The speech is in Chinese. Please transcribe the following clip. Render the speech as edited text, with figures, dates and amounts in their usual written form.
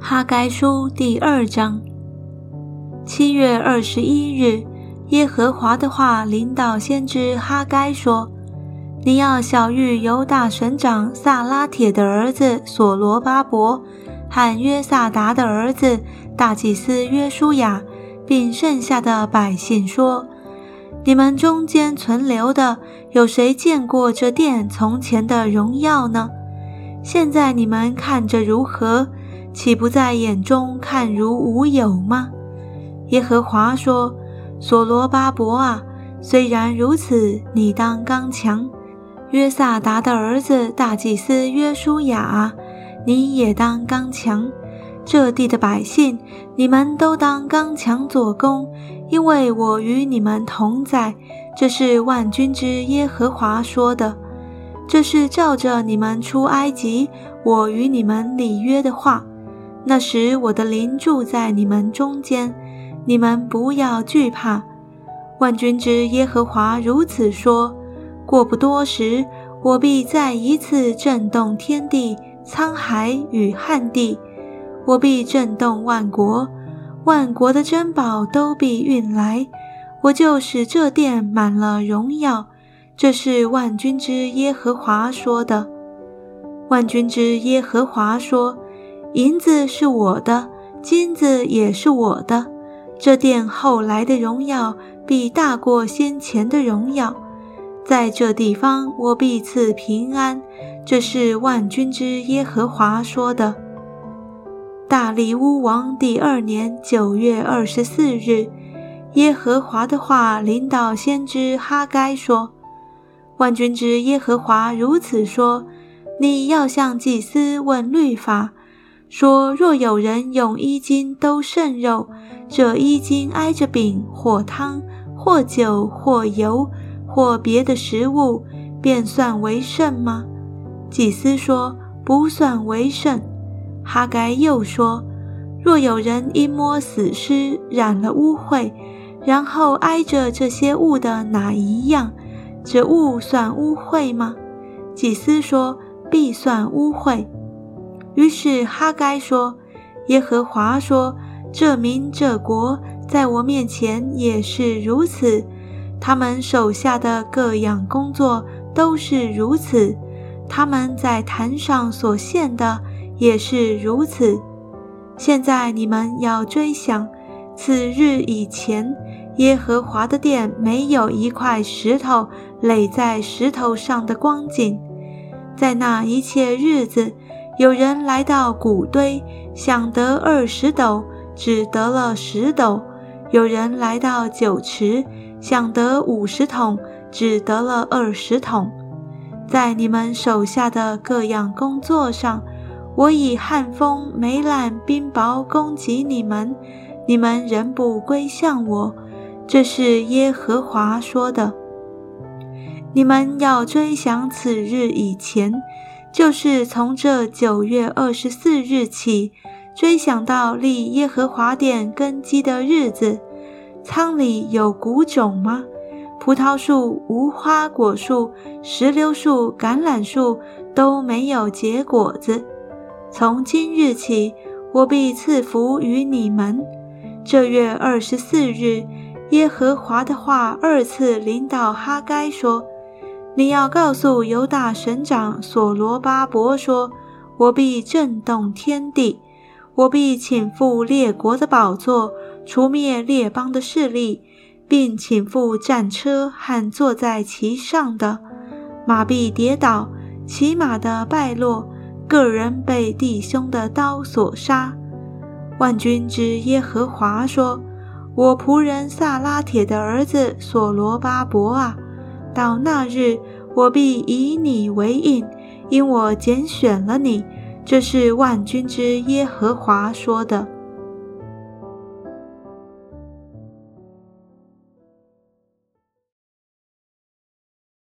哈该书第2章。7月21日，耶和华的话临到先知哈该说：你要晓谕犹大省长撒拉铁的儿子所罗巴伯和约萨达的儿子大祭司约书亚，并剩下的百姓说：你们中间存留的，有谁见过这殿从前的荣耀呢？现在你们看着如何？岂不在眼中看如无有吗？耶和华说：所罗巴伯啊，虽然如此，你当刚强；约萨达的儿子大祭司约书亚啊，你也当刚强。这地的百姓，你们都当刚强做工，因为我与你们同在。这是万军之耶和华说的。这是照着你们出埃及，我与你们立约的话。那时我的灵住在你们中间，你们不要惧怕。万军之耶和华如此说：过不多时，我必再一次震动天地、沧海与旱地，我必震动万国，万国的珍宝都必运来，我就使这殿满了荣耀。这是万军之耶和华说的。万军之耶和华说：银子是我的，金子也是我的，这殿后来的荣耀必大过先前的荣耀。在这地方我必赐平安，这是万军之耶和华说的。大利乌王第2年9月24日，耶和华的话临到先知哈该说：万军之耶和华如此说：你要向祭司问律法，说若有人用衣襟兜剩肉，这衣襟挨着饼或汤或酒或油或别的食物，便算为圣吗？祭司说：不算为圣。哈该又说：若有人因摸死尸染了污秽，然后挨着这些物的哪一样，这物算污秽吗？祭司说：必算污秽。于是哈该说：耶和华说，这民这国在我面前也是如此，他们手下的各样工作都是如此，他们在坛上所献的也是如此。现在你们要追想，此日以前，耶和华的殿没有一块石头垒在石头上的光景。在那一切日子，有人来到谷堆，想得20斗，只得了10斗；有人来到酒池，想得50桶，只得了20桶。在你们手下的各样工作上，我以旱风、霉烂、冰雹攻击你们，你们仍不归向我。这是耶和华说的。你们要追想此日以前，就是从这9月24日起，追想到立耶和华殿根基的日子。仓里有谷种吗？葡萄树、无花果树、石榴树、橄榄树都没有结果子。从今日起，我必赐福于你们。这月24日，耶和华的话2次临到哈该说：你要告诉犹大省长所罗巴伯说：我必震动天地，我必倾覆列国的宝座，除灭列邦的势力，并倾覆战车和坐在其上的，马必跌倒，骑马的败落，个人被弟兄的刀所杀。万军之耶和华说：我仆人撒拉铁的儿子所罗巴伯啊，到那日，我必以你为印，因我拣选了你。这是万军之耶和华说的。